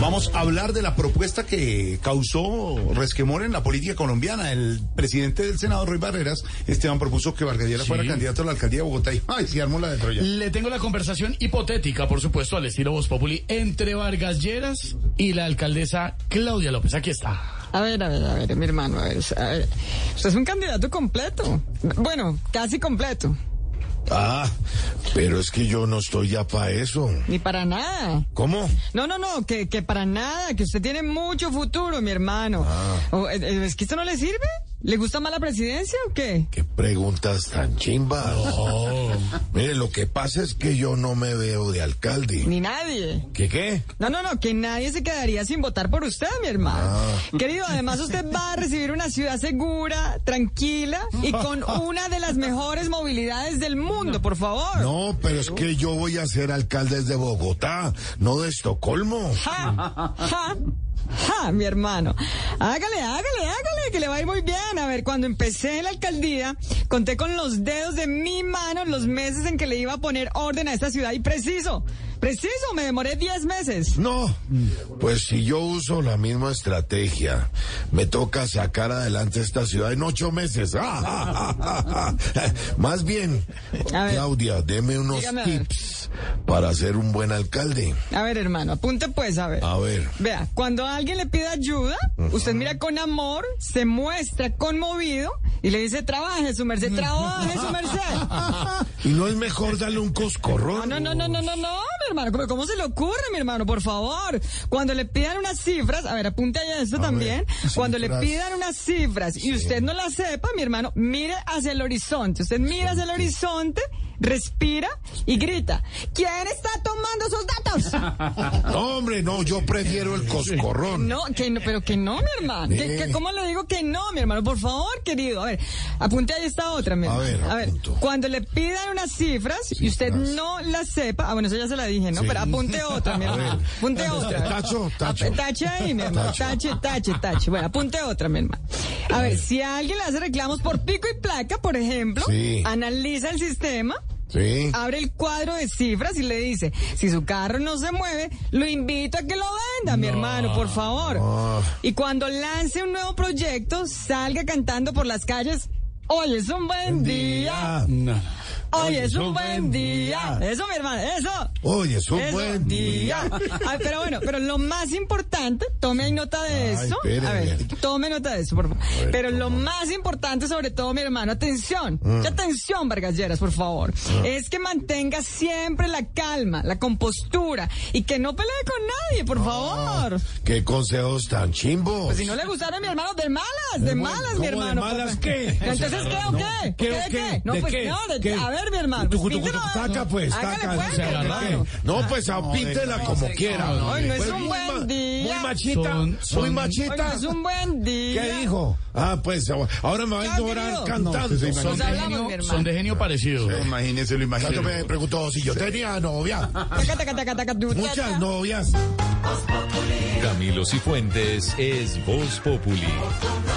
Vamos a hablar de la propuesta que causó resquemor en la política colombiana. El presidente del Senado, Roy Barreras, Esteban, propuso que Vargas Lleras fuera candidato a la alcaldía de Bogotá y ¡ay, se armó la de Troya! Le tengo la conversación hipotética, por supuesto, al estilo Voz Populi, entre Vargas Lleras y la alcaldesa Claudia López. Aquí está. A ver, mi hermano, a ver. Usted es un candidato completo. Bueno, casi completo. Ah, pero es que yo no estoy ya para eso. Ni para nada. ¿Cómo? No, que para nada, que usted tiene mucho futuro, mi hermano. ¿Es que esto no le sirve? ¿Le gusta más la presidencia o qué? ¿Qué preguntas tan chimbas? Oh. Mire, lo que pasa es que yo no me veo de alcalde. Ni nadie. ¿Qué? No, que nadie se quedaría sin votar por usted, mi hermano. Querido, además usted va a recibir una ciudad segura, tranquila y con una de las mejores movilidades del mundo, por favor. No, pero es que yo voy a ser alcalde de Bogotá, no de Estocolmo. Mi hermano. Hágale, que le va a ir muy bien. A ver, cuando empecé en la alcaldía, conté con los dedos de mi mano los meses en que le iba a poner orden a esta ciudad y preciso, me demoré 10 meses. No, pues si yo uso la misma estrategia, me toca sacar adelante esta ciudad en 8 meses. Más bien, Claudia, deme unos tips para ser un buen alcalde. A ver, hermano, apunte pues, a ver. A ver. Vea, cuando alguien le pide ayuda, usted mira con amor, se muestra conmovido y le dice, trabaje su merced. ¿Y no es mejor darle un coscorrón? No, mi hermano, ¿cómo se le ocurre, mi hermano? Por favor, cuando le pidan unas cifras, a ver, apunte allá esto también, cuando le pidan unas cifras y usted no las sepa, mi hermano, mire hacia el horizonte, usted mira hacia el horizonte, respira y grita, ¿quién está tomando esos datos? No, hombre, no, yo prefiero el coscorrón. Pero que no, mi hermano. ¿Cómo le digo que no, mi hermano? Por favor, querido. A ver, apunte ahí esta otra, mi hermano. A ver, cuando le pidan unas cifras y usted no las sepa, bueno, eso ya se la dije, ¿no? Sí. Pero apunte otra, mi hermano. Apunte otra. Tacho. Tache ahí, mi hermano. Tache. Bueno, apunte otra, mi hermano. A ver, si alguien le hace reclamos por pico y placa, por ejemplo, analiza el sistema. Sí. Abre el cuadro de cifras y le dice, si su carro no se mueve, lo invito a que lo venda, mi hermano, por favor. Y cuando lance un nuevo proyecto, salga cantando por las calles, hoy es un buen día. Hoy es un buen día. Eso, mi hermano, eso. Hoy es un buen día. Pero lo más importante, tome nota de eso. A ver, tome nota de eso, por favor. Pero lo más importante, sobre todo, mi hermano, atención. Atención, Vargas Lleras, por favor. Es que mantenga siempre la calma, la compostura y que no pelee con nadie, por favor. Qué consejos tan chimbos. Pues si no le gustaron, mi hermano, de malas, mi hermano. ¿De malas qué? Entonces, ¿qué o qué? ¿Qué? No, pues no, a ver, mi hermano. Taca, pues. No, pues píntela como quiera. Hoy no es un buen día. Muy machita. Hoy no es un buen día. ¿Qué dijo? Pues ahora me va a ignorar cantando. Son de genio parecido. Imagínese. Yo me preguntó si yo tenía novia. Muchas novias. Camilo Cifuentes es Voz Populi.